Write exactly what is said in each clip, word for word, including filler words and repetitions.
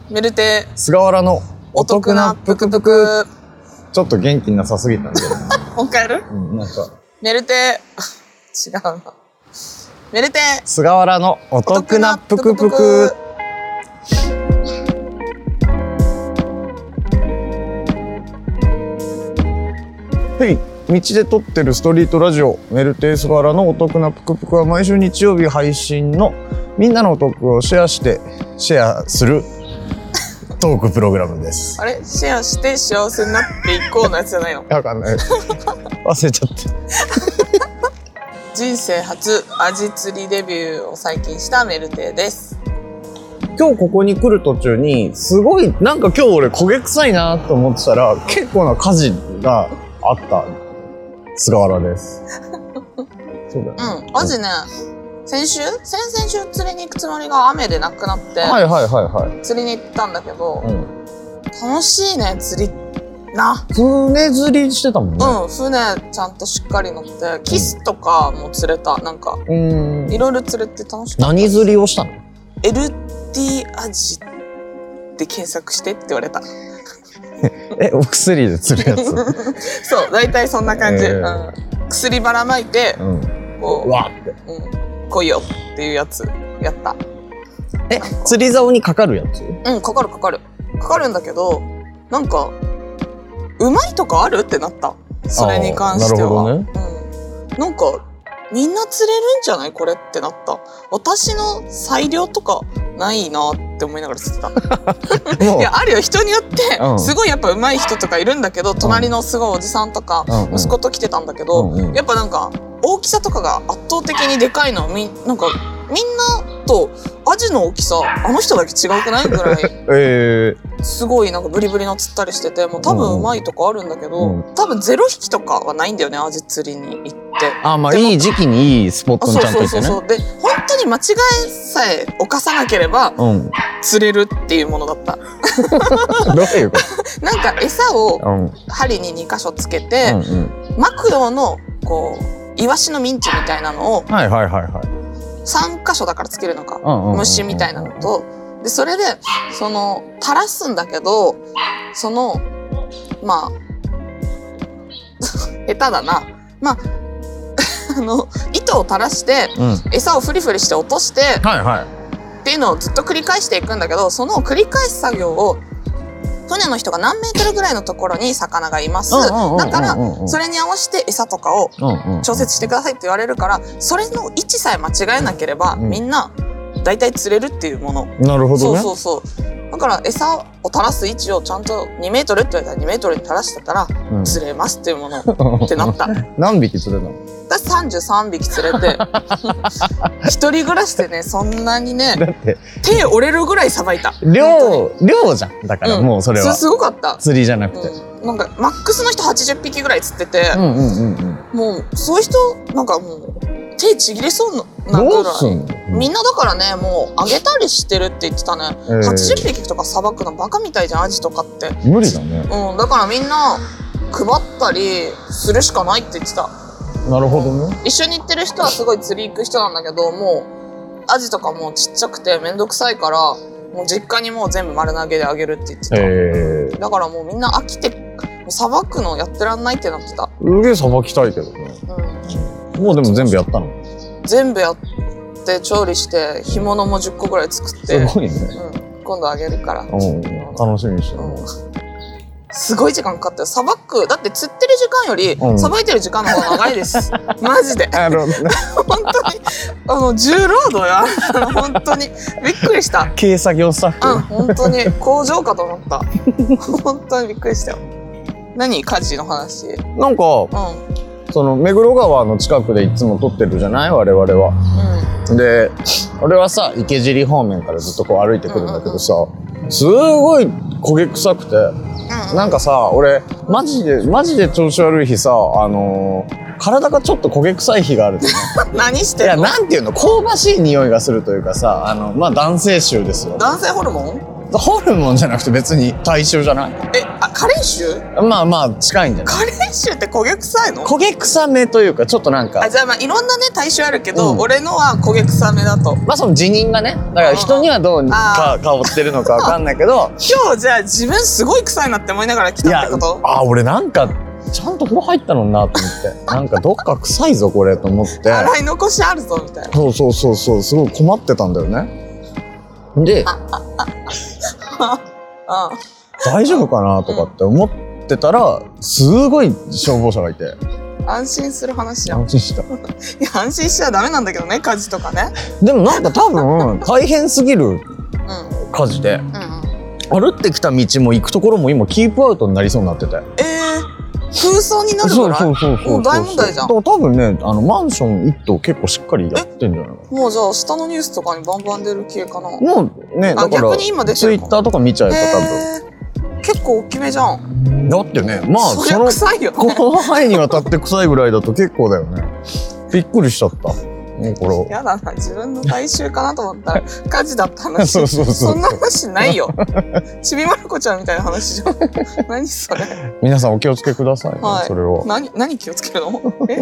メルテ菅原のお得なぷくぷく。 ちょっと元気なさすぎたんでもう一回やる？ うん、なんかメルテ違うな。メルテ菅原のお得なぷくぷく。はい、道で撮ってるストリートラジオメルテ菅原のお得なぷくぷくは毎週日曜日配信のみんなのお得をシェアしてシェアするトークプログラムです。 あれシェアして幸せになっていこうのやつじゃないの？ わかんない忘れちゃって人生初アジ釣りデビューを最近したメルテです。 今日ここに来る途中にすごいなんか今日俺焦げ臭いなと思ってたら結構な火事があった菅原ですそうだよね。 うん、アジね、先週先々週釣りに行くつもりが雨でなくなってはいはいはいはい釣りに行ったんだけど、 うん、 楽しいね釣りな。 船釣りしてたもんね。 うん、船ちゃんとしっかり乗ってキスとかも釣れた。なんかうんいろいろ釣れて楽しかった。 何釣りをしたの？ エルティー アジで検索してって言われたえ、お薬で釣るやつそう、大体そんな感じ、 えーうん、薬ばらまいて、うん、こううわって、 うん、来いよっていうやつやった。 え、釣り竿にかかるやつ？ うん、かかるかかるかかるんだけど、なんかうまいとかあるってなった。それに関しては。なるほどね。うん、なんかみんな釣れるんじゃないこれってなった。私の裁量とかないなって思いながら釣ってたいやあるよ、人によって、うん、すごいやっぱ上手い人とかいるんだけど、隣のすごいおじさんとか、うん、息子と来てたんだけど、うんうん、やっぱなんか大きさとかが圧倒的にでかいの。みなんかみんなとアジの大きさあの人だけ違うくないぐらい、えー、すごいなんかブリブリの釣ったりしてて、もう多分うまいとかあるんだけど、うん、多分ゼロ匹とかはないんだよね、アジ釣りに行って。 あ、まあいい時期にいいスポットにちゃんと行ってね。そうそうそうそう。で本当に間違いさえ犯さなければ、うん、釣れるっていうものだったどういうことなんか餌を針ににかしょつけて、うんうん、マクロのこうイワシのミンチみたいなのを、はいはいはいはい、さんかしょだからつけるのか、虫みたいなのと、でそれでその垂らすんだけど、そのまあ下手だな、まああの糸を垂らして、うん、餌をフリフリして落として、はいはい、っていうのをずっと繰り返していくんだけど、その繰り返す作業を船の人が何メートルぐらいのところに魚がいます。だからそれに合わせて餌とかを調節してくださいって言われるから、それの位置さえ間違えなければ、うん、みんなだいたい釣れるっていうもの。 なるほどね。 そうそうそう。だから餌を垂らす位置をちゃんとにメートルって言われたらにメートルに垂らしてたら、うん、釣れますっていうものってなった何匹釣れたの？ 私さんじゅうさんびき釣れて一人暮らしでね、そんなにねだって手折れるぐらいさばいた。 量量じゃん。だからもうそれは、うん、 すごかった。 釣りじゃなくて、 うん、なんかマックスの人はちじゅっぴきぐらい釣ってて、うんうんうんうん、もうそういう人なんかもう手ちぎれそうなぐらい、うん、みんなだからね、もうあげたりしてるって言ってたね、えー、はちじゅっぴきとかさばくのバカみたいじゃん、アジとかって。 無理だね、 うん、だからみんな配ったりするしかないって言ってた。 なるほどね。 一緒に行ってる人はすごい釣り行く人なんだけど、もうアジとかもうちっちゃくてめんどくさいから、もう実家にもう全部丸投げであげるって言ってた、えー、だからもうみんな飽きてさばくのやってらんないってなってた。 うげえさばきたいけどね、うん、もうでも全部やったの？ 全部やって調理して干物もじゅっこぐらい作って、 すごいね、 うん、今度あげるから、うん、 楽しみにしてる、うん、 すごい時間かかったよ。さばくだって釣ってる時間よりさばいてる時間の方が長いです、うん、マジであの本当にあの重労働や本当にびっくりした。 軽作業スタッフ、 うん、本当に工場かと思った本当にびっくりしたよ。何家事の話？ なんか、うんその目黒川の近くでいつも撮ってるじゃない我々は、うん、で俺はさ池尻方面からずっとこう歩いてくるんだけどさ、うんうん、すごい焦げ臭くて、うん、なんかさ俺マジでマジで調子悪い日さ、あのー、体がちょっと焦げ臭い日があるんだよね何してんの？ いやなんていうの、香ばしい匂いがするというかさ、あのまあ男性臭ですよ。 男性ホルモン？ ホルモンじゃなくて別に体臭じゃない？ え、あ、カレー臭？ まあまあ近いんじゃない？ カレー臭って焦げ臭いの？ 焦げ臭めというかちょっとなんか、 あ、じゃあまあいろんなね体臭あるけど、うん、俺のは焦げ臭めだと。 まあその辞任がね、だから人にはどうか香ってるのかわかんないけど今日じゃあ自分すごい臭いなって思いながら来たってこと？ あ、俺なんかちゃんと風呂入ったのになと思ってなんかどっか臭いぞこれと思って洗い残しあるぞみたいな。 そうそうそうそう、すごい困ってたんだよね。で大丈夫かなとかって思ってたら、すごい消防車がいて安心する話やん。 安心したいや安心しちゃダメなんだけどね、火事とかね。 でもなんか多分大変すぎる火事で、うんうんうん、歩ってきた道も行くところも今キープアウトになりそうになってて、えー、空想になるぐらい？そうそうそうそう、もう大問題じゃん。 多分ね、あのマンション一棟結構しっかりやってんじゃないの？ もうじゃあ下のニュースとかにバンバン出る系かな。 もうね、だからツイッターとか見ちゃえば多分結構大きめじゃん。 だってね、まあそれ臭いよね。 この範囲にわたって臭いぐらいだと結構だよね。びっくりしちゃった。ね、これやだな、自分の体臭かなと思ったら火事だった話。そうそうそうそう、そんな話ないよ。ちびまる子ちゃんみたいな話じゃん。何それ。 皆さんお気をつけくださいね、はい、それを。 何何気をつけるの？え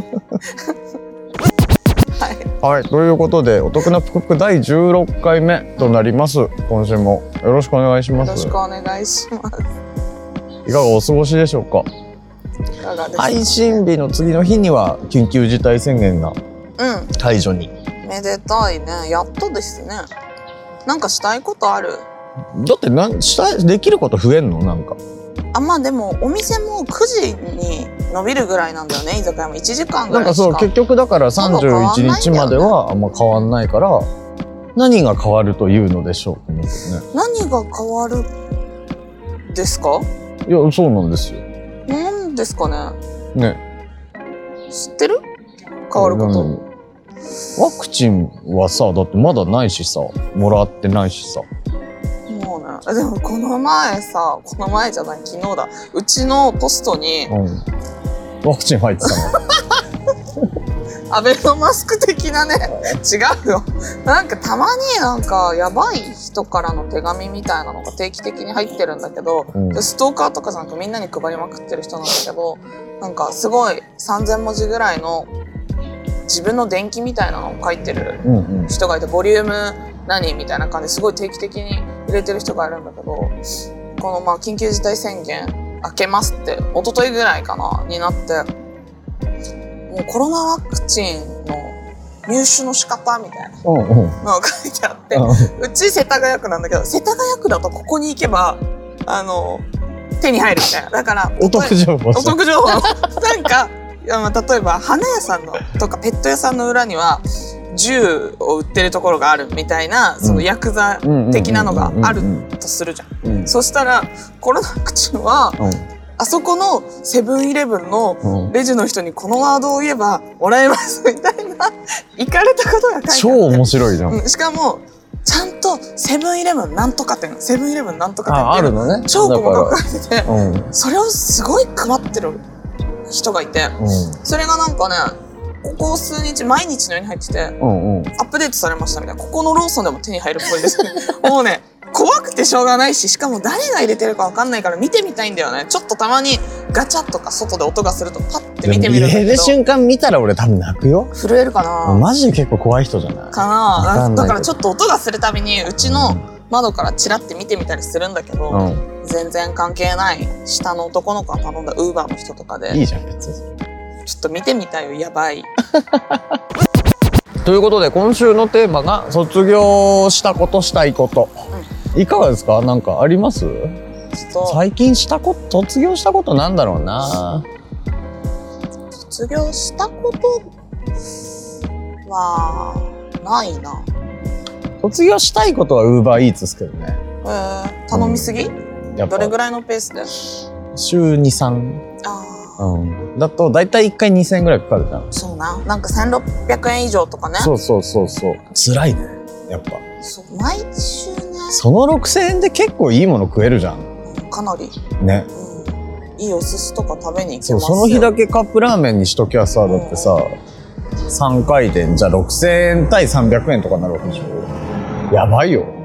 はい、はい、ということでお得なぷくぷくだいじゅうろっかいめとなります。今週もよろしくお願いします。 よろしくお願いします。 いかがお過ごしでしょうか？ いかがですか？ 配信日の次の日には緊急事態宣言が解除に、 うん、めでたいね。やっとですね。なんかしたいことある？ だってなんしたいできること増えんの？なんかあ、まあでもお店もくじに伸びるぐらいなんだよね。居酒屋もいちじかんぐらいしか。 なんかそう、結局だからさんじゅういちにちまではあんま変わんないから、何が変わるというのでしょうと思うけどね。 何が変わるですか？ いや、そうなんですよ。 なんですかね。 ね。 知ってる？変わること。 ワクチンはさ、だってまだないしさ、もらってないしさ。 もうね、でもこの前さ、この前じゃない、昨日だ。うちのポストに、 うん、ワクチン入ってたの。 アベノマスク的なね、違うよ。なんかたまになんかやばい人からの手紙みたいなのが定期的に入ってるんだけど、うん、ストーカーとかじゃなくみんなに配りまくってる人なんだけど、なんかすごいさんぜんもじぐらいの自分の伝記みたいなのを書いてる人がいて、ボリューム何みたいな感じですごい定期的に入れてる人がいるんだけど、このまあ緊急事態宣言明けますって一昨日ぐらいかなになって、もうコロナワクチンの入手の仕方みたいなのが書いてあって、うち世田谷区なんだけど、世田谷区だとここに行けばあの手に入るみたいな。だからお得情報、 お得情報なんかいや、まあ、例えば花屋さんのとかペット屋さんの裏には銃を売ってるところがあるみたいな、そのヤクザ的なのがあるとするじゃん。うん、そしたらコロナワクチンは、うん、あそこのセブンイレブンのレジの人にこのワードを言えばもらえますみたいな行かれたことが書いてあって、 超面白いじゃん。 うん、しかもちゃんとセブンイレブンなんとか店、セブンイレブンなんとか店っていうの、ね、超細かく書いてて、うん、それをすごい配ってる人がいて、うん、それがなんかね、ここ数日毎日のように入ってて、うんうん、アップデートされましたみたいな。ここのローソンでも手に入るっぽいですもうね、怖くてしょうがないし、しかも誰が入れてるか分かんないから見てみたいんだよね。ちょっとたまにガチャとか外で音がするとパッて見てみるんだけど、 入れる瞬間見たら俺多分泣くよ。 震えるかな。 マジで結構怖い人じゃないかな。だからちょっと音がするたびにうちの窓からチラって見てみたりするんだけど、うん、全然関係ない下の男の子が頼んだウーバーの人とかで、 いいじゃん別に。 ちょっと見てみたいよ、やばいということで今週のテーマが卒業したことしたいこと、うん、いかがですか？なんかあります？最近したこと、卒業したことなんだろうな。 卒業したことはないな。 卒業したいことはウーバーイーツですけどね。 えー、頼みすぎ？うん、どれぐらいのペースで？ 週に、さん。あうん、だと大体いっかいにせんえんぐらいかかるじゃん。 そうな、なんかせんろっぴゃくえん以上とかね。 そうそうそうそう。辛いね、やっぱ。 そう毎週ね。 そのろくせんえんで結構いいもの食えるじゃん。 うん、かなり。 ね。 うん、いいお寿司とか食べに行けますよ。 そう、その日だけカップラーメンにしときゃさ、だってさ、うん、さんかいでじゃあろくせんえん対さんびゃくえんとかになるわけでしょ。やばいよ。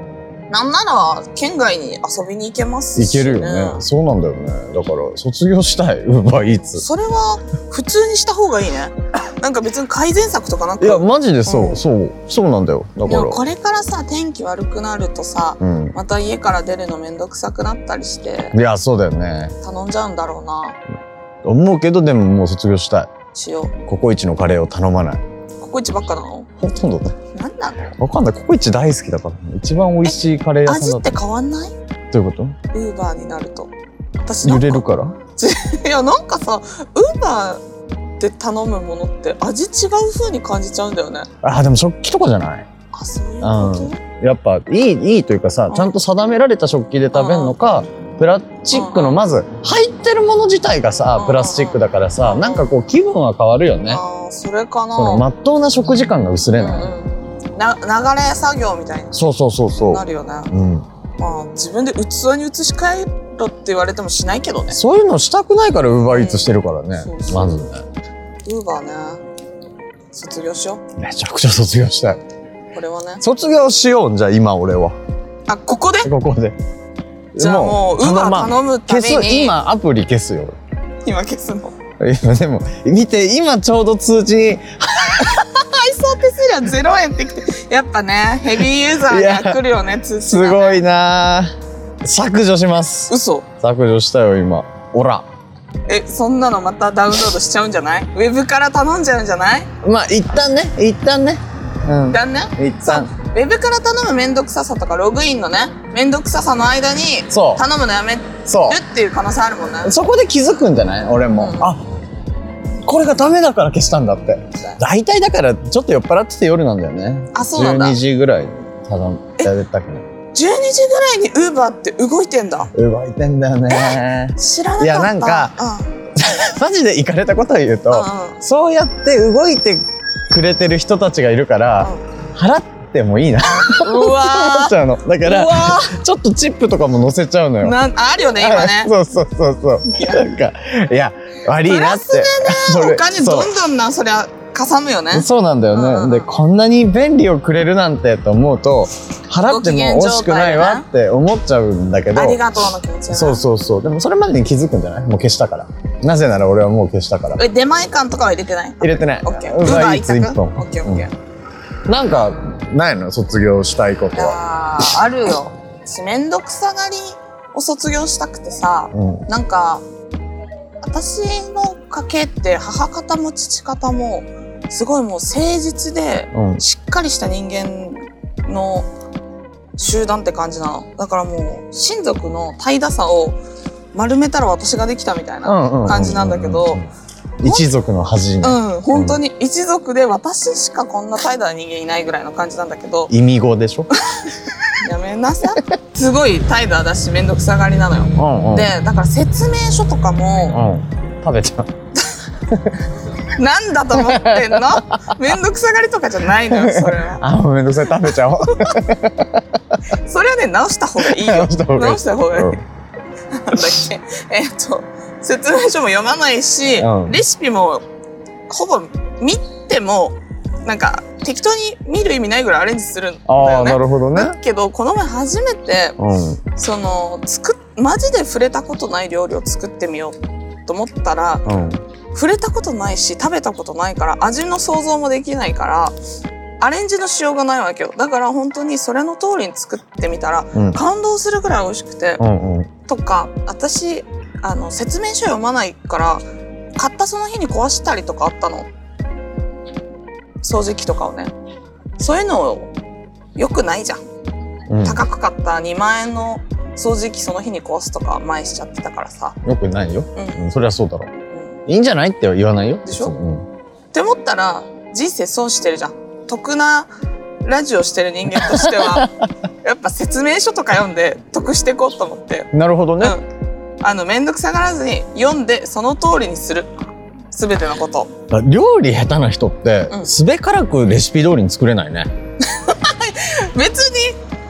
なんなら県外に遊びに行けますし、ね、 行けるよね。そうなんだよね。だから卒業したい、ウーバーイーツ。 それは普通にした方がいいね。なんか別に改善策とかなく。 いやマジでそう、うん、そうそうなんだよ。だからこれからさ天気悪くなるとさ、うん、また家から出るのめんどくさくなったりして。 いやそうだよね。 頼んじゃうんだろうな。 思うけどでももう卒業したい。 しよう。 ココイチのカレーを頼まない。 ココイチばっかなの？ ほとんどね。 なんなの？ わかんない。ココイチ大好きだから。一番美味しいカレー屋さんだった。 味って変わんない？ どういうこと？ ウーバーになると。 私揺れるから？ いやなんかさ、ウーバーで頼むものって味違う風に感じちゃうんだよね。 あでも食器とかじゃない？ あそういうこと？ うん、やっぱいいいいというかさ、ちゃんと定められた食器で食べるのか。プラスチックのまず入ってるもの自体がさプラスチックだからさなんかこう気分は変わるよね。 あそれかな。 その真っ当な食事感が薄れない、 うんうん、な流れ作業みたいなそうそうそうそうなるよね、うんまあ、自分で器に移し替えろって言われてもしないけどね。 そういうのしたくないからウーバーイーツしてるからね、うん、そうそうまずねウーバーね卒業しよう。 めちゃくちゃ卒業したい。 これはね卒業しよう。じゃあ今俺はあここでここでじゃあもうウーバー頼むために消す。今アプリ消すよ。 今消すの。 今でも見て今ちょうど通知に配送手数料ゼロえんってきてやっぱねヘビーユーザーには来るよね通知、ね、 すごいな削除します。 嘘削除したよ今。おらえそんなのまたダウンロードしちゃうんじゃない？ウェブから頼んじゃうんじゃない？ まあ一旦ね一旦ねうん一旦ね一旦ウェブから頼むめんどくささとかログインのねめんどくささの間に頼むのやめるっていう可能性あるもんね。 そこで気づくんじゃない俺も、うん、あこれがダメだから消したんだって。大体だからちょっと酔っ払ってて夜なんだよね。 あそうなんだ。 じゅうにじぐらい頼んでたくない。 じゅうにじぐらいにウーバーって動いてんだ。 動いてんだよね。 知らなかった。 いやなんか、うん、マジで行かれたことを言うと、うんうん、そうやって動いてくれてる人たちがいるから、うん払ってもいいなって思っちゃうの。だからちょっとチップとかも載せちゃうのよ。 なんあるよね今ね。 そうそうそうそう。なんかいや悪いなって。プラスでねお金どんどんなそりゃかさむよね。 そうなんだよね、うんうん、でこんなに便利をくれるなんてと思うと払っても惜しくないわって思っちゃうんだけど、 ありがとうの気持ちね。 そうそうそう。でもそれまでに気づくんじゃない？もう消したから。なぜなら俺はもう消したから。 え出前館とかは入れてない？入れてない。 オッケー。ウーバー一本。オッケーオッケー。 なんかないの卒業したいことは。 あるよ。めんどくさがりを卒業したくてさ、うん、なんか私の家系って母方も父方もすごいもう誠実でしっかりした人間の集団って感じなの。だからもう親族の怠惰さを丸めたら私ができたみたいな感じなんだけど。 一族の恥ね。 うん、本当に一族で私しかこんな怠惰な人間いないぐらいの感じなんだけど。 意味語でしょやめなさい。すごい怠惰だしめんどくさがりなのよ。うんうん、で、だから説明書とかも、 うん、食べちゃう。なんだと思ってんの？めんどくさがりとかじゃないのよ、それは。 あ、めんどくさい食べちゃおう。 それはね、直した方がいいよ。直した方がいい。直した方がいい。うん、なんだっけ、えー、っと。説明書も読まないし、うん、レシピもほぼ見てもなんか適当に見る意味ないぐらいアレンジするんだよね。 あ、なるほどね。 だけどこの前初めて、うん、その作っマジで触れたことない料理を作ってみようと思ったら、うん、触れたことないし食べたことないから味の想像もできないからアレンジのしようがないわけよ。だから本当にそれの通りに作ってみたら、うん、感動するぐらい美味しくて、うんうん、とか私あの説明書読まないから買ったその日に壊したりとかあったの。掃除機とかをね。そういうのよくないじゃん、うん、高く買ったにまんえんの掃除機その日に壊すとか前しちゃってたからさ。 よくないよ、うんうん、そりゃそうだろう、うん、いいんじゃないっては言わないよ。 でしょ、うん、って思ったら人生損してるじゃん。得なラジオしてる人間としてはやっぱ説明書とか読んで得していこうと思って。 なるほどね、 うんあのめんどくさがらずに読んでその通りにする全てのこと。 料理下手な人って、うん、すべからくレシピ通りに作れないね。 別に下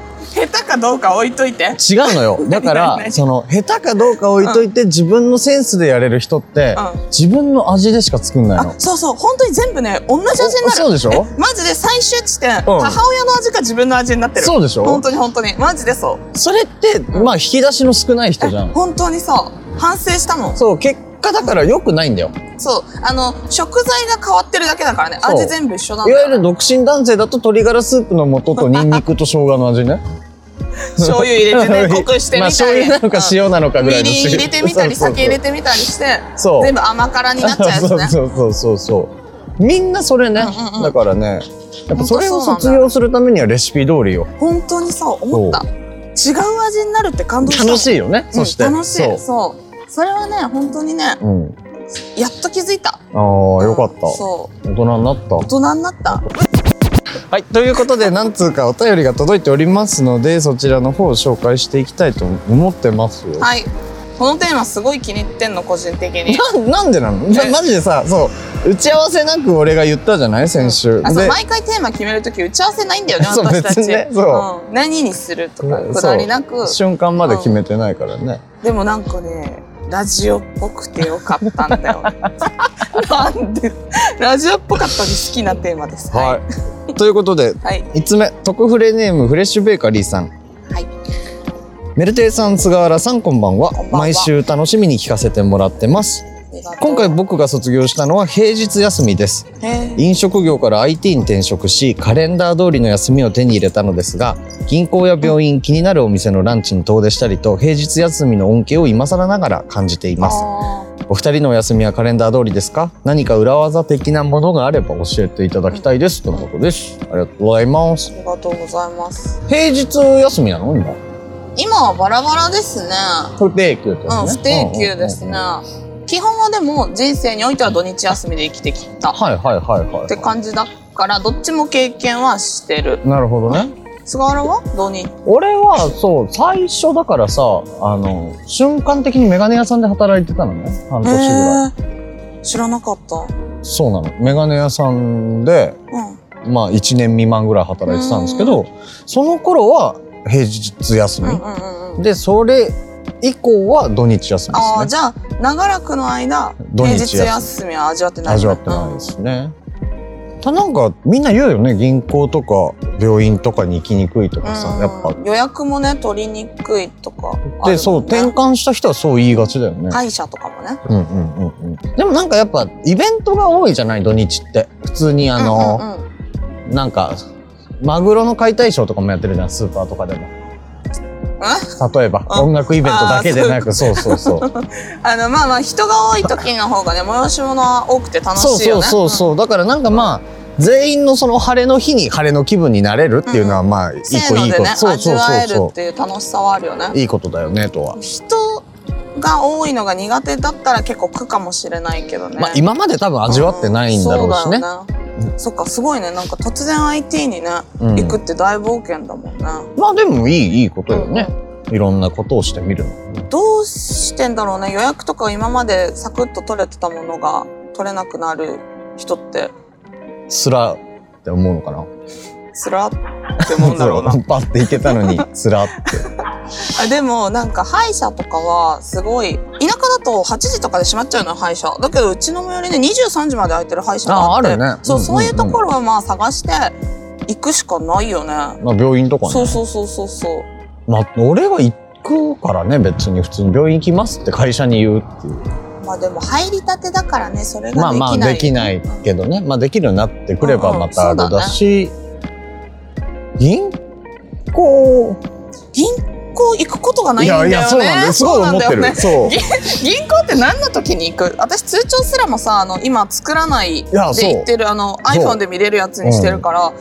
下手かどうか置いといて。 違うのよ。だからその下手かどうか置いといて、うん、自分のセンスでやれる人って、うん、自分の味でしか作んないの。 そうそう、本当に全部ね同じ味になる。 そうでしょ。 マジで最終地点、うん、母親の味か自分の味になってる。 そうでしょ。 本当に本当にマジでそう。 それって、うん、まあ引き出しの少ない人じゃん。 本当にそう。反省したもん。 そう、結果だから良くないんだよ。 そう、あの食材が変わってるだけだからね。味全部一緒なんだよ。 いわゆる独身男性だと鶏ガラスープの素とニンニクと生姜の味ね。 醤油入れてね、濃くしてみたり、まあ、 醤油なのか塩なのかぐらいの、 みりん入れてみたり酒入れてみたりして、そう全部甘辛になっちゃうやつね。 そうそうそうそうみんなそれね、うんうんうん、だからねやっぱそれを卒業するためにはレシピ通りよ。 本当にそう思った。違う味になるって感動した。 楽しいよね、うん、そして楽しい。そうそうそれはね本当にね、うん、やっと気づいた。 ああよかった、うん、そう大人になった大人になったはい、ということで何通かお便りが届いておりますので、そちらの方を紹介していきたいと思ってますよ。 はい、このテーマすごい気に入ってんの個人的に。 な, なんでなの？マジでさ、そう打ち合わせなく俺が言ったじゃない先週、うん、 あそう毎回テーマ決めるとき打ち合わせないんだよね私たち。ね、そう、うん、何にするとかくだりなく瞬間まで決めてないからね、 うん、でもなんかねラジオっぽくてよかったんだよなんでラジオっぽかったで好きなテーマです。はい、 はい、ということで、はい、みっつめ特フレネームフレッシュベーカリーさん。はい、メルテイさん菅原さんこんばんは。こんばんは。毎週楽しみに聞かせてもらってます。今回僕が卒業したのは平日休みです。飲食業から アイティー に転職しカレンダー通りの休みを手に入れたのですが、銀行や病院、気になるお店のランチに遠出したりと平日休みの恩恵を今更ながら感じています。お二人のお休みはカレンダー通りですか？何か裏技的なものがあれば教えていただきたいです、とのことです。ありがとうございます。 ありがとうございます。 平日休みなの今？ 今はバラバラですね。 不定休ですね。 うん、不定休ですね。基本はでも人生においては土日休みで生きてきた。はいはいはいはい。って感じだからどっちも経験はしてる。 なるほどね。 菅原は土日？ 俺はそう最初だからさ、あの瞬間的にメガネ屋さんで働いてたのね、半年ぐらい。 知らなかった。そうなの、メガネ屋さんで、うん、まあいちねん未満ぐらい働いてたんですけど、その頃は平日休み、うんうんうん、でそれ以降は土日休みですね。 ああ、じゃあ長らくの間平日休みは味わってない。 味わってないですね。うん、たなんかみんな言うよね、銀行とか病院とかに行きにくいとかさ、やっぱ予約もね取りにくいとか、ね、 でそう転換した人はそう言いがちだよね。 歯医者とかもね。 うんうんうんうん。でもなんかやっぱイベントが多いじゃない土日って。普通にあの、うんうんうん、なんかマグロの解体ショーとかもやってるじゃん、スーパーとかでも。例えば音楽イベントだけでなく、そうそうそうあのまあまあ人が多い時の方がね催し物は多くて楽しいよね。 そうそうそうそう、うん、だからなんかまあ全員のその晴れの日に晴れの気分になれるっていうのはまあ一個いいこと、 ね、そうそうそうそう、味わえるっていう楽しさはあるよね。 いいことだよねとは。 人が多いのが苦手だったら結構苦かもしれないけどね。 まあ今まで多分味わってないんだろうしね。うん、そうだよね。 そっか、すごいね。なんか突然 アイティー にね、うん、行くって大冒険だもんね。 まあでもいいいいことよね、うん、いろんなことをしてみるの。 どうしてんだろうね。予約とか今までサクッと取れてたものが取れなくなる人ってつらって思うのかな。 つらって思うんだろうなパッて行けたのにつらってあでもなんか歯医者とかはすごい田舎だとはちじとかで閉まっちゃうの歯医者だけど、うちの最寄りねにじゅうさんじまで開いてる歯医者があって、ああるね、そう、うんうんうん、そういうところはまあ探して行くしかないよね。 まあ病院とかね。 そうそうそうそうそう。 まあ俺は行くからね、別に普通に病院行きますって会社に言うっていう。 まあでも入りたてだからね、それができない。 まあまあできないけどね、うん、まあできるようになってくればまたあれだし、うんうん、銀行銀行行くことがないんだよね。いやいやそうなんだよ。 すごい思ってる。そう。 銀行って何の時に行く？私通帳すらもさ、あの今作らないで行ってるあの iPhone で見れるやつにしてるから、うん、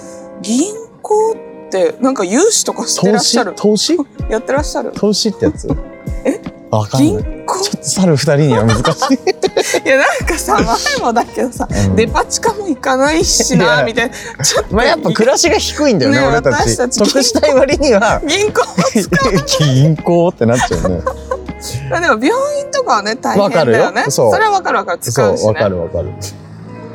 銀行ってなんか融資とかしてらっしゃる？ 投資？ やってらっしゃる？ 投資ってやつ？ え？ わかんない。銀行？ちょっと猿二人には難しい。 いやなんかさ、前もだけどさ、うん、デパ地下も行かないしなみたいな。ちょっとまあやっぱ暮らしが低いんだよね、ね俺たち。得したい割には銀行を使う。 銀行ってなっちゃうね。 でも病院とかはね大変だよね。 わかるよ。そう。 それはわかるわかる、使うしね。 そうわかるわかる。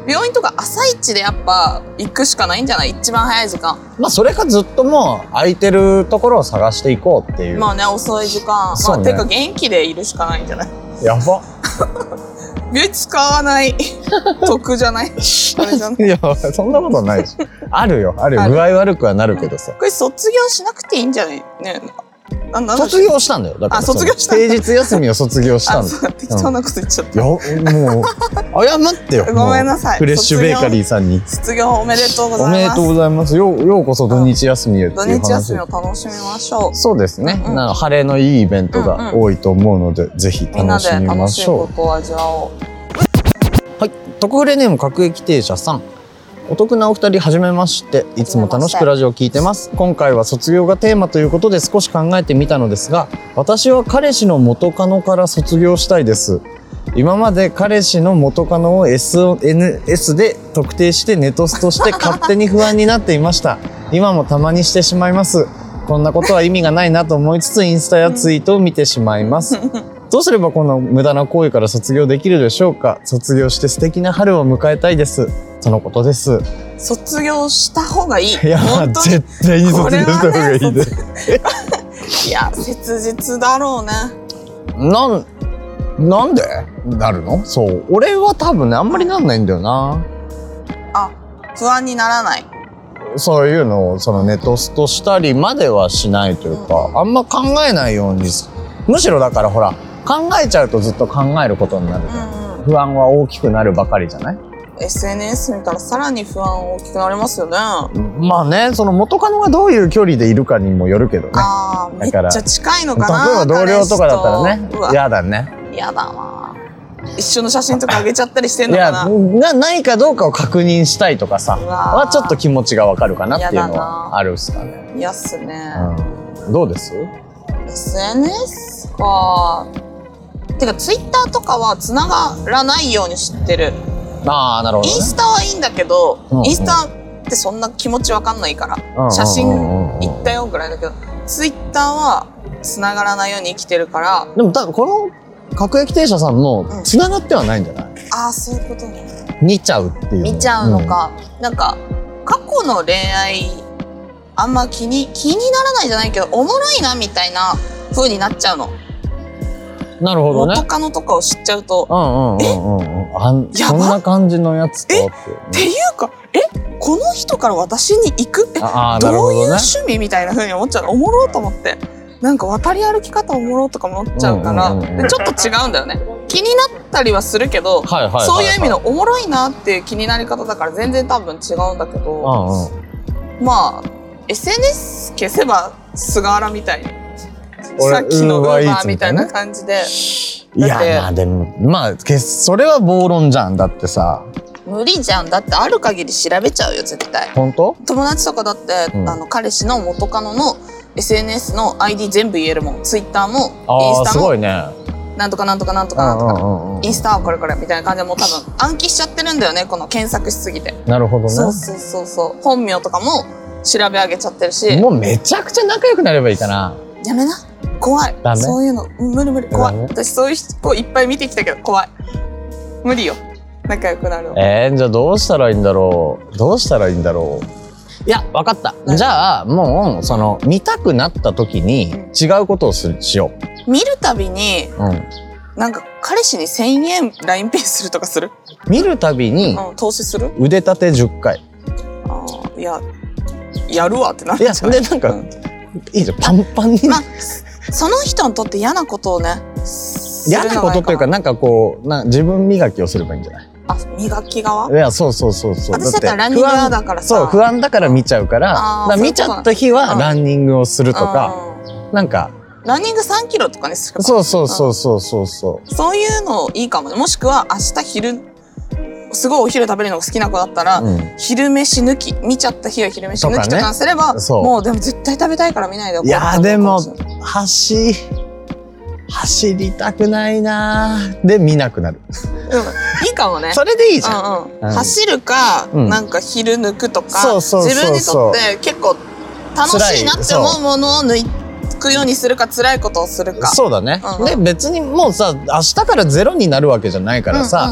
病院とか朝一でやっぱ行くしかないんじゃない？一番早い時間。 まあそれかずっともう空いてるところを探していこうっていう。 まあね、遅い時間。 そうね。 まあ、てか元気でいるしかないんじゃない？ やば。 病院使わない得じゃない？あれじゃない？ いや、そんなことないでしょ。あるよ、あるよ。具合悪くはなるけどさ。 これ卒業しなくていいんじゃないね。 卒業したんだよ。だから卒業した平日休みを卒業したんだよ。 適当なこと言っちゃった。 いや、もう謝ってよ。 ごめんなさい。 フレッシュベーカリーさんに卒業おめでとうございます。 おめでとうございます。ようようこそ土日休みへっていう話。 土日休みを楽しみましょう。 そうですね。なんか晴れのいいイベントが多いと思うので、ぜひ楽しみましょう。みんなで楽しいことを味わおう。 はい、特売レネーム各駅停車さん。お得なお二人はじめまして。いつも楽しくラジオを聞いてます。今回は卒業がテーマということで少し考えてみたのですが、私は彼氏の元カノから卒業したいです。今まで彼氏の元カノを エスエヌエス で特定してネトスとして勝手に不安になっていました。今もたまにしてしまいます。こんなことは意味がないなと思いつつインスタやツイートを見てしまいます。どうすればこの無駄な行為から卒業できるでしょうか。卒業して素敵な春を迎えたいです。そのことです。 卒業した方がいい。 いや、絶対に卒業した方がいいです。 いや、切実だろうね。 なん、なんでなるの？そう。俺は多分ね、あんまりなんないんだよな。 あ、不安にならない。 そういうのを、そのネトストしたりまではしないというか、うん、あんま考えないように。むしろだからほら、考えちゃうとずっと考えることになるじゃん。うんうん、不安は大きくなるばかりじゃない？ エスエヌエス 見たらさらに不安大きくなりますよね。 まあね、その元カノがどういう距離でいるかにもよるけどね。 ああ、めっちゃ近いのかな。 例えば同僚とかだったらね、嫌だね。 嫌だわ。一緒の写真とか上げちゃったりしてんのかな。 いや、な、ないかどうかを確認したいとかさ、はちょっと気持ちがわかるかなっていうのはあるっすかね。 嫌っすね。 うん、どうです？ エスエヌエス か。てかツイッターとかは繋がらないようにしてる。 ああ、なるほど、ね。 インスタはいいんだけど、うんうん、インスタってそんな気持ちわかんないから、うんうん、写真行ったよぐらいだけど、ツイッターは繋がらないように生きてるから。 でも多分この各駅停車さんも繋がってはないんじゃない？うん、 ああ、そういうことね。 見ちゃうっていう。 見ちゃうのか。うん、なんか過去の恋愛あんま気に気にならないじゃないけど、おもろいなみたいな風になっちゃうの。 なるほどね。 元カノとかを知っちゃうと、 うんうんうんうん、あんそんな感じのやつかっていう、ね。 っていうか、え、この人から私に行く？え、ああ、どういう趣味みたいな風に思っちゃう。おもろうと思って、なんか渡り歩き方おもろうとか思っちゃうから、うんうんうんうん、でちょっと違うんだよね。気になったりはするけど、はいはいはいはい、そういう意味のおもろいなっていう気になり方だから全然多分違うんだけど、うんうん、まあ エスエヌエス 消せば菅原みたいに。さっきのウーバーみたいな感じで。 いや、まあでも、まあ、それは暴論じゃん。だってさ。 無理じゃん。だってある限り調べちゃうよ、絶対。 本当？ 友達とかだって、うん、あの、彼氏の元カノの エスエヌエス の アイディー 全部言えるもん。ツイッターも、インスタも。すごいね。なんとかなんとかなんとかなんとか。インスタはこれこれみたいな感じでもう多分暗記しちゃってるんだよね。この検索しすぎて。 なるほどね。 そうそうそうそう。本名とかも調べ上げちゃってるし。 もうめちゃくちゃ仲良くなればいいかな。 やめな。怖い。そういうの無理無理怖い。私そういう人いっぱい見てきたけど怖い。無理よ。仲良くなる。 えー、じゃあどうしたらいいんだろう。どうしたらいいんだろう。いや、わかった。じゃあもうその見たくなった時に違うことをするしよう。見るたびに、うん、なんか彼氏にせんえん ライン ペイするとかする？ 見るたびに、 うん、投資する？ 腕立てじゅっかい。 ああ、いややるわってなっちゃう。 いやでなんか、うん、いいじゃんパンパンに。まあその人にとって嫌なことをね、 嫌なことっていうかなんかこうな自分磨きをすればいいんじゃない？ あ、磨き側？ いや、そうそうそうそう。 私だったらランニング側だからさ。 そう、不安だから見ちゃうから、だから見ちゃった日はランニングをするとか、うん、なんかランニングさんキロとかねするか。 そうそうそうそうそうそう。 そういうのいいかもね。もしくは明日昼すごいお昼食べるのが好きな子だったら、うん、昼飯抜き見ちゃった日は昼飯抜きとかすれば、ね、もうでも絶対食べたいから見ないでおこう。 いやでも走走りたくないなで見なくなる。 でもいいかもね。 それでいいじゃん。 うんうん、走るか、うん、なんか昼抜くとか、そうそうそうそう、自分にとって結構楽しいなって思うものを抜くようにするか、辛いことをするか。 そうだね。うんうん、で別にもうさ明日からゼロになるわけじゃないからさ。うんうん、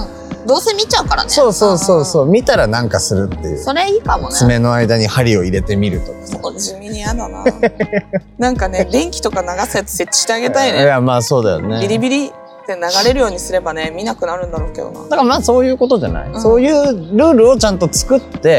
どうせ見ちゃうからね。 そうそうそうそう、見たらなんかするっていう。 それいいかもね。 爪の間に針を入れてみるとかさ。 そう、地味に嫌だな。なんかね、電気とか流すやつ設置してあげたいね。 いや、まあそうだよね。 ビリビリって流れるようにすればね、見なくなるんだろうけどな。 だからまあそういうことじゃない、うん、そういうルールをちゃんと作って、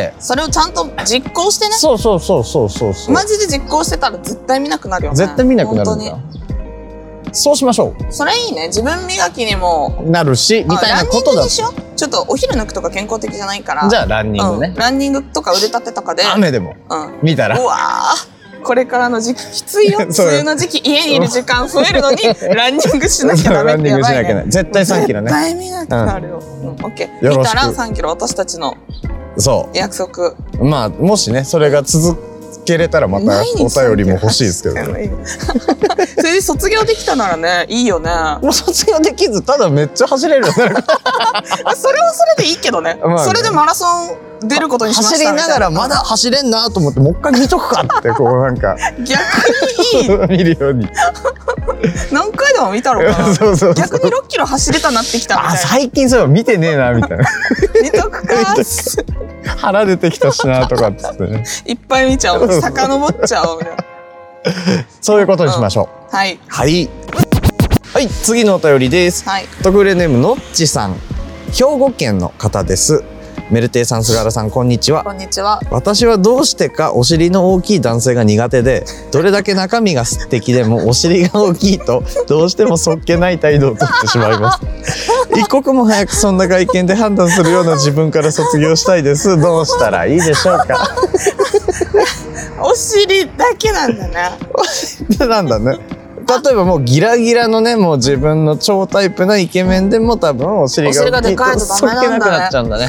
それをちゃんと実行してね。 そうそうそうそうそうそう。 マジで実行してたら絶対見なくなるよね。 絶対見なくなるんだ。そうしましょう。 それいいね。自分磨きにもなるし、みたいなことだ。 ランニングにしよう。ちょっとお昼抜くとか健康的じゃないから。 じゃあランニングね。 うん、ランニングとか腕立てとかで。 雨でも。うん。見たら。 うわー。これからの時期きついよ。梅雨の時期家にいる時間増えるのにランニングしなきゃダメってやばいね。ランニングしなきゃいけない。絶対さんキロね。絶対見なくなるよ。うん。オッケー。見たらさんキロ私たちの約束。 まあもしねそれが続けれたらまたお便りも欲しいですけどね。 それで卒業できたならねいいよね。 もう卒業できずただめっちゃ走れるよね。それはそれでいいけどね。まあね、それでマラソン出ることにしましたみたいな。 走りながらまだ走れんなと思ってもう一回見とくかってこうなんか逆にいい見るように何回でも見たろうかな。そうそうそう逆にろっキロ走れたなってきたみたいな。あ最近そういえば見てねえなみたいな。 見とくか腹出てきたしなとかっつってね。 いっぱい見ちゃおう。遡っちゃおうみたいな。 そういうことにしましょう。 うん、はい。 はい。はい、次のお便りです。はい。特例ネームのっちさん、兵庫県の方です。メルテイさん、菅原さん、こんにちは。 こんにちは。 私はどうしてかお尻の大きい男性が苦手で、どれだけ中身が素敵でもお尻が大きいとどうしてもそっけない態度をとってしまいます。一刻も早くそんな外見で判断するような自分から卒業したいです。どうしたらいいでしょうか。 お尻だけなんだね。 なんだね。例えばもうギラギラのねもう自分の超タイプなイケメンでも多分お尻が大きいとそっけなくなっちゃうんだね。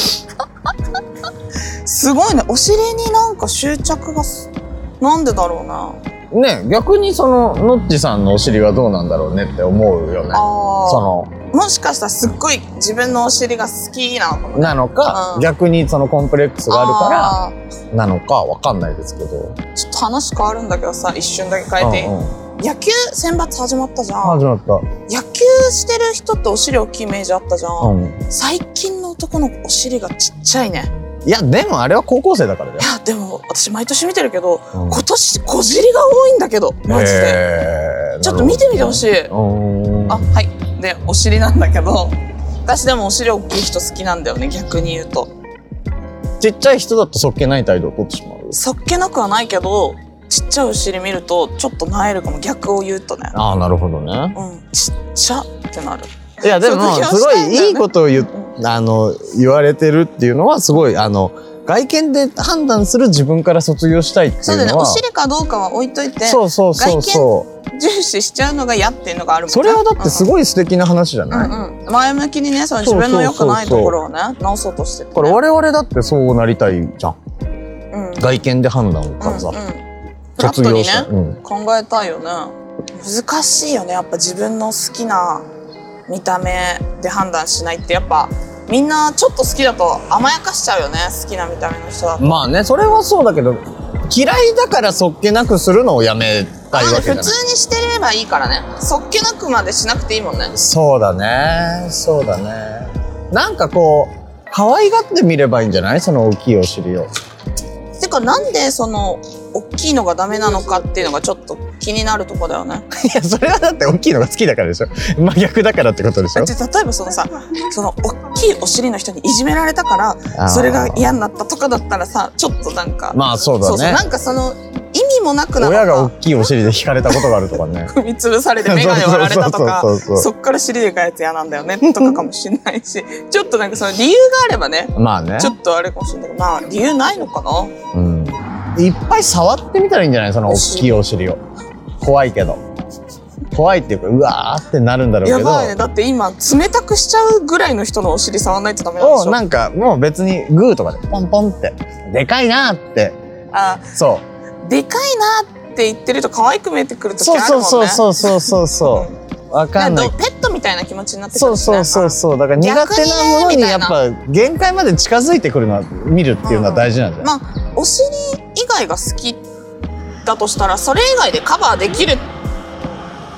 すごいね。お尻になんか執着がなんでだろうな。 ね逆にそののっちさんのお尻はどうなんだろうねって思うよね。あそのもしかしたらすっごい自分のお尻が好きなのかも、ね、 なのか、うん、逆にそのコンプレックスがあるからなのかわかんないですけど。 ちょっと話変わるんだけどさ一瞬だけ変えていい？うんうん、野球選抜始まったじゃん。 始まった。 野球してる人ってお尻大きいイメージあったじゃん。うん、最近の男のお尻がちっちゃいね。 いやでもあれは高校生だからね。 いやでも私毎年見てるけど、うん、今年小尻が多いんだけどマジで。ちょっと見てみてほしい。あはいでお尻なんだけど私でもお尻大きい人好きなんだよね逆に言うと。 ちっちゃい人だとそっけない態度を取ってしまう。 そっけなくはないけどちっちゃいお尻見るとちょっとなえるかも逆を言うとね。 ああなるほどね。 うんちっちゃってなる。 いやでもすごいいいことを言う、うん、あの言われてるっていうのはすごいあの外見で判断する自分から卒業したいっていうのは。そうだね。お尻かどうかは置いといて。 そうそうそうそう。 重視しちゃうのが嫌っていうのがあるもんね。 それはだってすごい素敵な話じゃない？ うんうん、前向きにねその自分の良くないところをね直そうとしてて、ね。 これ我々だってそうなりたいじゃん。うん、外見で判断をからさ。うんうん、 卒業したい。ね、うん、考えたいよね。難しいよねやっぱ自分の好きな見た目で判断しないってやっぱみんなちょっと好きだと甘やかしちゃうよね好きな見た目の人だと。 まあねそれはそうだけど嫌いだからそっけなくするのをやめたいわけじゃない。 普通にしてればいいからねそっけなくまでしなくていいもんね。 そうだねそうだね。なんかこう可愛がってみればいいんじゃないその大きいお尻を。 てかなんでその大きいのがダメなのかっていうのがちょっと気になるとこだよね。 いやそれはだって大きいのが好きだからでしょ。真逆だからってことでしょ。 例えばそのさその大きいお尻の人にいじめられたからそれが嫌になったとかだったらさちょっとなんかまあそうだね。そうそうなんかその意味もなくなのか親が大きいお尻で引かれたことがあるとかね踏み潰されて眼鏡割られたとかそっから尻でかいやつ嫌なんだよねとかかもしれないしちょっとなんかその理由があればねまあねちょっとあれかもしれないけどまあ理由ないのかな。うんいっぱい触ってみたらいいんじゃないその大きいお尻を。怖いけど怖いっていうかうわーってなるんだろうけど。 やばいねだって今冷たくしちゃうぐらいの人のお尻触らないとダメなんでしょ。 なんかもう別にグーとかでポンポンってでかいなーってあそうでかいなーって言ってると可愛く見えてくる時あるもんね。 そうそうそうそうそうそうわかんない。 ペットみたいな気持ちになってくるしね。そうそうそうそうだから苦手なものにやっぱ限界まで近づいてくるのは見るっていうのは大事なんだよ、 うん、まあお尻以外が好きだとしたらそれ以外でカバーできる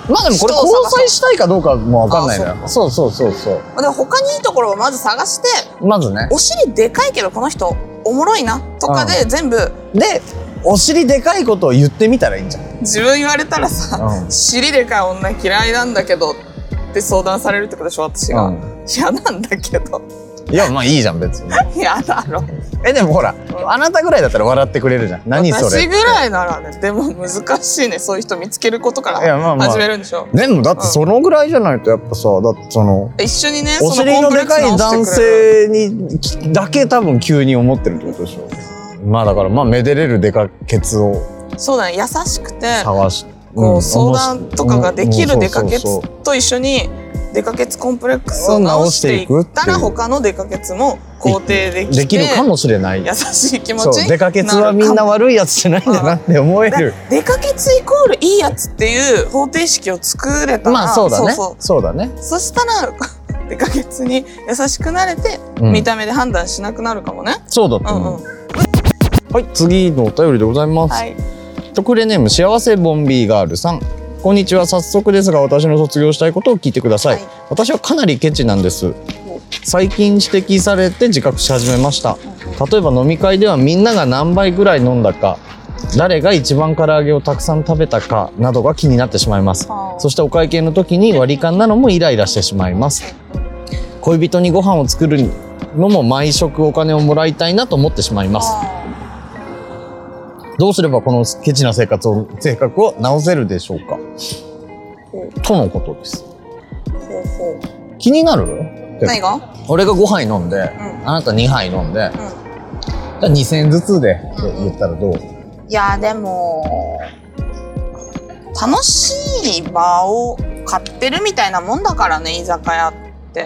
まあでもこれ交際したいかどうかも分かんないのよ。そうそうそうそう。 でも他にいいところをまず探して、 まずね、 お尻でかいけどこの人おもろいなとかで全部、 うん、でお尻でかいことを言ってみたらいいんじゃん。 自分言われたらさ、うん、尻でかい女嫌いなんだけどって相談されるってことでしょ、私が。嫌、うん、なんだけど。 いや、まあいいじゃん、別に。 嫌だろ。 え、でもほら、うん、あなたぐらいだったら笑ってくれるじゃん。何それ。 私ぐらいならね、でも難しいね、そういう人見つけることから始めるんでしょ。 でもだってそのぐらいじゃないとやっぱさ、だってその、 一緒にね、 お尻のでかい男性にだけ多分急に思ってるってことでしょ。まあだから、まあめでれるデカケツを。 そうだね、優しくて、 探し、 こう相談とかができるデカケツと一緒に、デカケツコンプレックスを直していったら他のデカケツも肯定できてできるかもしれない。 優しい気持ちになるかも。そう、 デカケツはみんな悪いやつじゃないんだなって思える。 デカケツイコールいいやつっていう方程式を作れたら、 まあそうだね。そうそうだね。 そしたらデカケツに優しくなれて、うん、見た目で判断しなくなるかもね。 そうだと思う。うんうん、はい、次のお便りでございます。はい、特例ネーム幸せボンビーガールさん。こんにちは。早速ですが私の卒業したいことを聞いてください。はい、私はかなりケチなんです。最近指摘されて自覚し始めました。例えば飲み会ではみんなが何杯ぐらい飲んだか、誰が一番唐揚げをたくさん食べたかなどが気になってしまいます。そしてお会計の時に割り勘なのもイライラしてしまいます。恋人にご飯を作るのも毎食お金をもらいたいなと思ってしまいます。どうすればこのケチな生活を性格を直せるでしょうか、とのことです。 ほうほう。 気になる？ 何が？ 俺がごはい飲んで、うん、あなたにはい飲んで、うん、じゃあにせんえんずつでって言ったらどう？いやでも楽しい場を買ってるみたいなもんだからね、居酒屋って。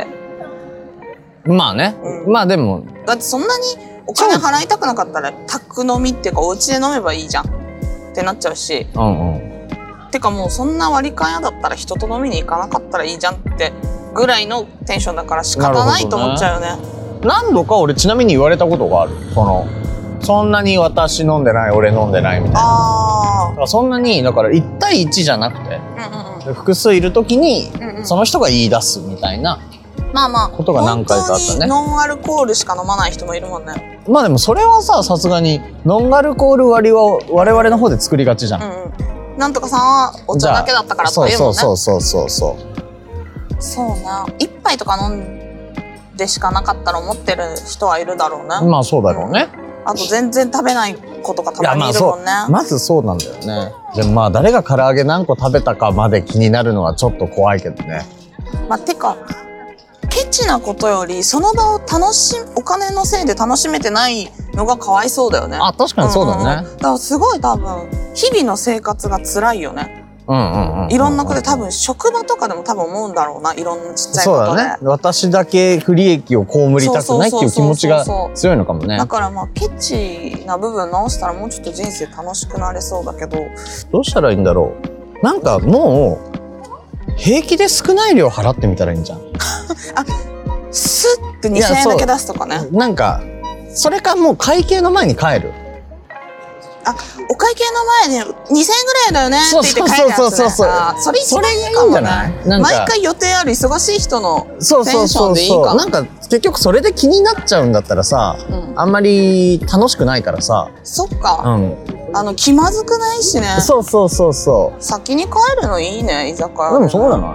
まあね、うん、まあでもだってそんなにお金払いたくなかったら宅飲みっていうかお家で飲めばいいじゃんってなっちゃうし、うんうん、てかもうそんな割り勘屋だったら人と飲みに行かなかったらいいじゃんってぐらいのテンションだから仕方ないと思っちゃうよね。 何度か俺ちなみに言われたことがある。そのそんなに私飲んでない俺飲んでないみたいな。ああ。そんなにだからいち対いちじゃなくて、うんうんうん、複数いる時に、うんうん、その人が言い出すみたいな。まあまあことが何回かあったね。 ノンアルコールしか飲まない人もいるもんね。 まあでもそれはさ、さすがにノンアルコール割りは我々の方で作りがちじゃん。うんうん、なんとかさんはお茶だけだったからとか言うもんね。 そうそうそうそうそう。そうな、一杯とか飲んでしかなかったら思ってる人はいるだろうね。 まあそうだろうね。 うん、あと全然食べない子とかたまにいるもんね。 ま, まずそうなんだよね。でもまあ誰が唐揚げ何個食べたかまで気になるのはちょっと怖いけどね。 まあてか。ケチなことよりその場を楽しお金のせいで楽しめてないのがかわいそうだよね。 あ、確かにそうだね。 うんうん、だからすごい多分日々の生活が辛いよね。うんうんうん。いろんなことで多分職場とかでも多分思うんだろうな、いろんなちっちゃいことで。そうだね。 私だけ不利益を被りたくないっていう気持ちが強いのかもね。 だからまあケチな部分直したらもうちょっと人生楽しくなれそうだけど。 どうしたらいいんだろう。なんかもう平気で少ない量払ってみたらいいんじゃん。 あ、スッてにせんえんだけ出すとかね。 なんかそれかもう会計の前に帰る。 あ、お会計の前ににせんえんぐらいだよねって言って帰るやつね。そうそうそうそう。あ、それ一番いいかもね。毎回予定ある忙しい人のテンションでいいかも。 なんか結局それで気になっちゃうんだったらさ、うん、あんまり楽しくないからさ。 そっか。うん。あの気まずくないしね。 そうそうそうそう。 先に帰るのいいね、居酒屋。 でもそうじゃない？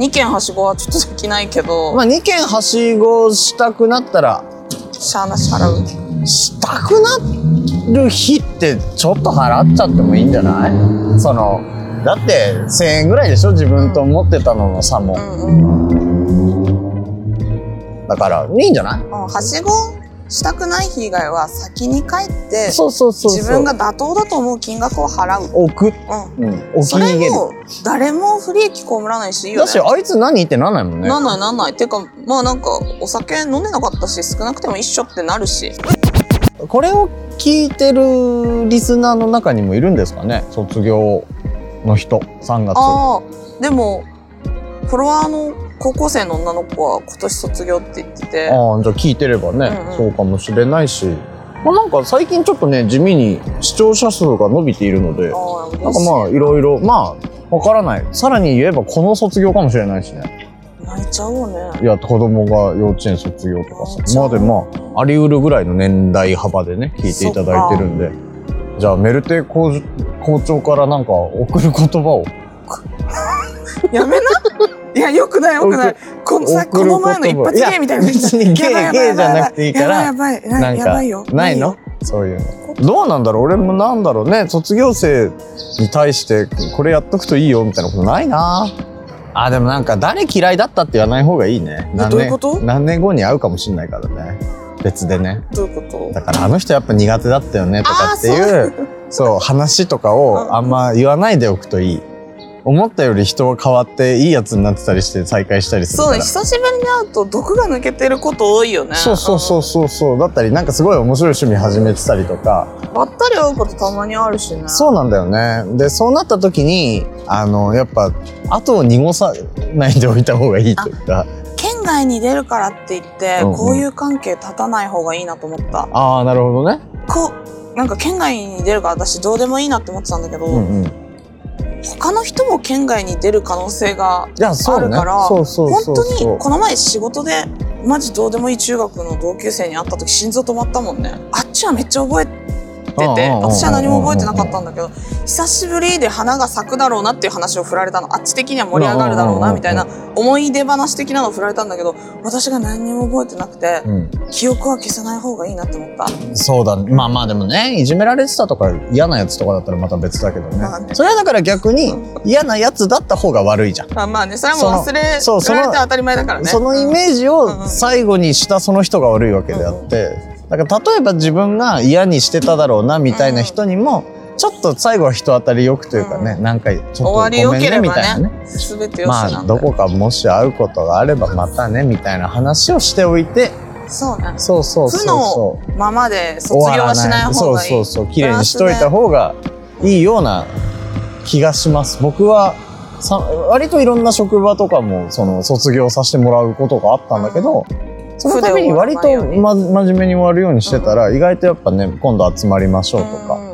にけんはしごはちょっとできないけど。 まあにけんはしごしたくなったら。 しゃーなし払う。 したくなる日ってちょっと払っちゃってもいいんじゃない？そのだってせんえんぐらいでしょ、自分と思ってたのの差も。うんうん、だからいいんじゃない？うん、 はしごしたくない日以外は先に帰って自分が妥当だと思う金額を払う。 置く。うん。うん、置きに逃げる。 それも誰も不利益被らないしいいよね。 だしあいつ何ってなんないもんね。 なんないなんない。てかまあなんかお酒飲んでなかったし少なくても一緒ってなるし。 これを聞いてるリスナーの中にもいるんですかね、卒業の人。さんがつ。ああ、 でもフォロワーの高校生の女の子は今年卒業って言ってて。 ああ、じゃあ聞いてればね、うんうん、そうかもしれないし。 まあ、なんか最近ちょっとね地味に視聴者数が伸びているので、なんかまあいろいろまあわからない。さらに言えばこの卒業かもしれないしね。 泣いちゃうよね。 いや子供が幼稚園卒業とかさ、まあでまああり得るぐらいの年代幅でね聞いていただいてるんで、じゃあメルテ校校長からなんか送る言葉をやめな。いやよくないよくない。このさこの前の一発芸みたいな。 別に芸芸じゃなくていいからやばいやばいなんかないのそういうの。どうなんだろう。俺もなんだろうね、卒業生に対してこれやっとくといいよみたいなことないなあ。でもなんか誰嫌いだったって言わない方がいいね。何年どういうこと？ 何年後に会うかもしれないからね、別でね。 どういうこと？ だからあの人やっぱ苦手だったよねとかっていうそう話とかをあんま言わないでおくといい。思ったより人は変わっていいやつになってたりして再会したりするから。 そうね、久しぶりに会うと毒が抜けてること多いよね。 そうそうそうそうそう、うん、だったりなんかすごい面白い趣味始めてたりとか、 ばったり会うことたまにあるしね。 そうなんだよね。でそうなった時にあのやっぱ後を濁さないでおいた方がいいというか、 県外に出るからって言って、うんうん、こういう関係立たない方がいいなと思った。 ああなるほどね。 こうなんか県外に出るから私どうでもいいなって思ってたんだけど、うんうん、他の人も県外に出る可能性があるから、本当にこの前仕事でマジどうでもいい中学の同級生に会った時心臓止まったもんね。あっちはめっちゃ覚えてて、私は何も覚えてなかったんだけど、久しぶりで花が咲くだろうなっていう話を振られたの。あっち的には盛り上がるだろうなみたいな思い出話的なのを振られたんだけど、私が何にも覚えてなくて、うん、記憶は消さない方がいいなって思った。 そうだ、まあまあでもね、いじめられてたとか嫌なやつとかだったらまた別だけどね、まあね、それはだから逆に嫌なやつだった方が悪いじゃん。 あまあね、それはもう忘れられて当たり前だからね。 そのイメージを最後にしたその人が悪いわけであって、うんうん、だから例えば自分が嫌にしてただろうなみたいな人にも、うん、ちょっと最後は人当たりよくというかね、うん、なんかちょっとごめんねみたいなね、 全てよしなんだよ。 まあどこかもし会うことがあればまたねみたいな話をしておいて、 そうなんです。 そうそうそうそう、 負のままで卒業はしない方がいい。 そうそうそう、綺麗にしといた方がいいような気がします。僕はさ割といろんな職場とかもその卒業させてもらうことがあったんだけど、うん、そのために割と、ま、真面目に終わるようにしてたら、うん、意外とやっぱね今度集まりましょうとか、うん、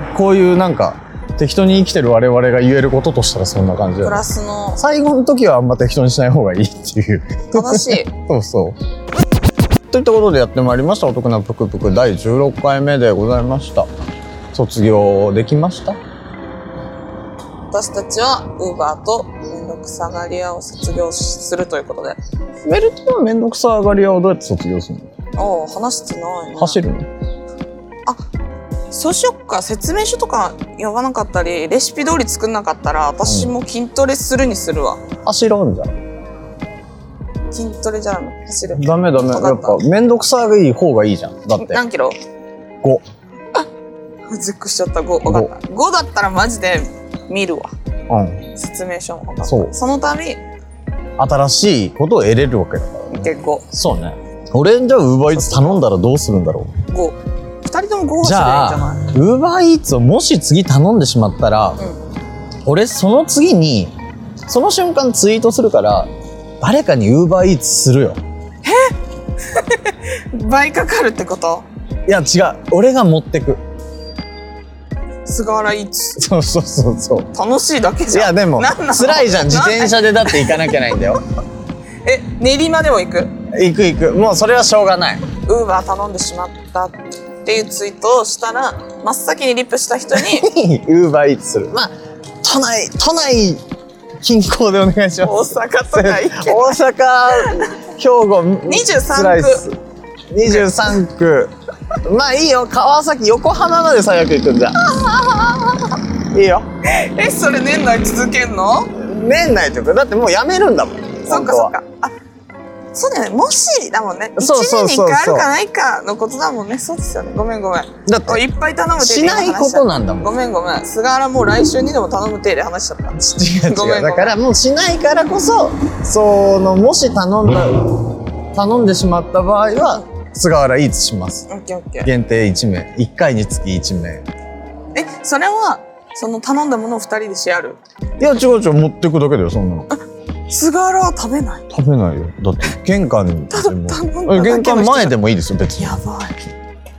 こういうなんか適当に生きてる我々が言えることとしたらそんな感じだよね。 プラスの最後の時はあんま適当にしない方がいいっていう正しいそうそうといったことでやってまいりました。お得なぷくぷくだいじゅうろっかいめでございました。卒業できました？ 私たちはウーバーとめんどくさがり屋を卒業するということで。 メルトはめんどくさがり屋をどうやって卒業するの？ ああ、話してないね。 走るの？ あ、そうしよっか。説明書とか読まなかったりレシピ通り作んなかったら私も筋トレするにするわ、うん、 走らんじゃん。 筋トレじゃん。走る。 ダメダメ。やっぱめんどくさがいい方がいいじゃん。だって何キロ？ ご。 あ、絶句しちゃった。ご。分かった。ごだったらマジで見るわ、うん、説明書も分かった。そう、そのたび新しいことを得れるわけだから、ね、 結構そうね。俺じゃあウーバーイーツ頼んだらどうするんだろう。 ご。ふたりともごをすればいいんじゃない？ ウーバーイーツをもし次頼んでしまったら、うん、俺その次にその瞬間ツイートするから誰かにウーバーイーツするよ。 え倍かかるってこと？ いや違う、俺が持ってく。 菅原イーツ。 そうそうそうそう。 楽しいだけじゃん。 いやでも辛いじゃん。自転車でだって行かなきゃないんだよ。 え、練馬でも行く？ 行く行く。もうそれはしょうがない。 ウーバー頼んでしまったっていうツイートをしたら真っ先にリップした人にウーバーイーツする。まあ都内都内近郊でお願いします。 大阪とか行けない。 大阪、兵庫、 にじゅうさんく。 にじゅうさんく。まあいいよ。川崎、横浜まで最悪行くんじゃん。いいよ。 え、それ年内続けんの？ 年内というか、だってもうやめるんだもん。 そっかそっか。あ、そうだよね。もしだもんね。いちねんにいっかいあるかないかのことだもんね。そうですよね。ごめんごめん。 だっていっぱい頼むしないことなんだもん。 ごめんごめん。菅原もう来週にでも頼む手で話しちゃった。 違う違う。ごめんごめん。だからもうしないからこそ、そのもし頼んだ頼んでしまった場合は菅原イーツします。 オッケーオッケー。 限定いちめい。いっかいにつきいちめい。 え、それはその頼んだものをふたりでシェアる？ いや違う違う、持ってくだけだよそんなの。 菅原は食べない？ 食べないよ。だって玄関にでも玄関前でもいいですよ別に。 やばい。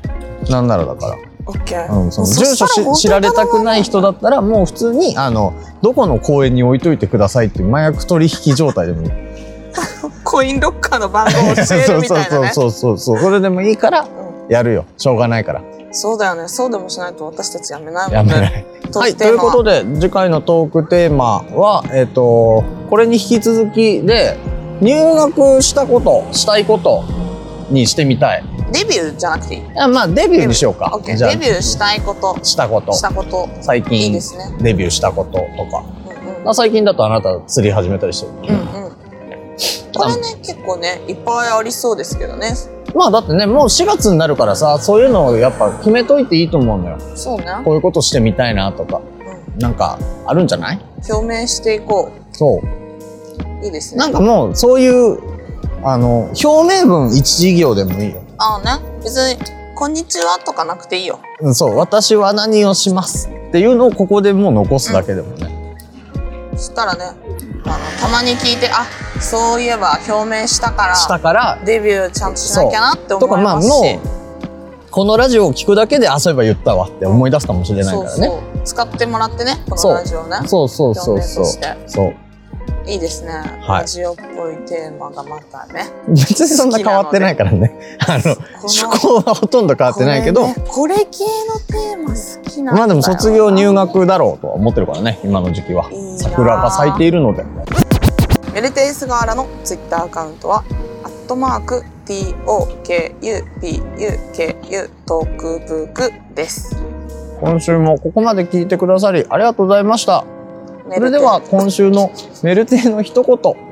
なんならだから。 オッケー。 うん、その住所し知られたくない人だったらもう普通にあのどこの公園に置いといてくださいっていう麻薬取引状態でもいい。 コインロッカーの番号を教えるみたいなね。 そうそうそうそうそう、それでもいいからやるよ、しょうがないから。 そうだよね。そうでもしないと私たちやめないもんね。 やめない。はい、ということで次回のトークテーマはえっとこれに引き続きで入学したことしたいことにしてみたい。 デビューじゃなくていい？ あ、まあデビューにしようか。 オッケー。デビューしたいこと。 したこと。 したこと。 最近いいですね。 デビューしたこととか。うんうん、最近だとあなた釣り始めたりしてる。うんうん。 これね結構ねいっぱいありそうですけどね。 まあだってねもうしがつになるからさ、そういうのをやっぱ決めといていいと思うのよ。 そうね。こういうことしてみたいなとか、うん、なんかあるんじゃない？ 表明していこう。 そう。 いいですね。 なんかもうそういうあの表明文一事業でもいいよ。 ああね、別にこんにちはとかなくていいよ。 うん、そう、私は何をしますっていうのをここでもう残すだけでもね。 うん、そしたらね、あのたまに聞いて、あ、そういえば表明したから、 したからデビューちゃんとしなきゃなって思いますし。とかまあもうこのラジオを聞くだけで、あ、そういえば言ったわって思い出すかもしれないからね。そうそう使ってもらってね、このラジオね。 そうそうそうそう。そう。 いいですね、はい。ラジオっぽいテーマがまたね。 別にそんな変わってないからね。あの、趣向はほとんど変わってないけど。 これ、ね、これ系のテーマ好きなんだよな。 まあでも卒業入学だろうとは思ってるからね、今の時期は。いい桜が咲いているので。 メルテイ菅原のツイッターアカウントは、アットマーク トークブトークブークです。 今週もここまで聞いてくださりありがとうございました。それでは今週のメルテイの一言。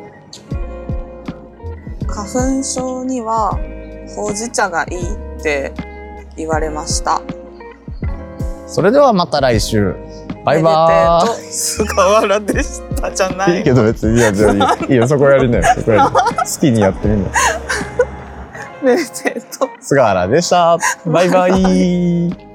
花粉症にはほうじ茶がいいって言われました。 それではまた来週。バイバーイ。 メルテイと菅原でしたじゃない。 いいけど別にいいよ、いいよ、そこやりなよ、そこやり。好きにやってみんな。 メルテイと菅原でした。バイバイ。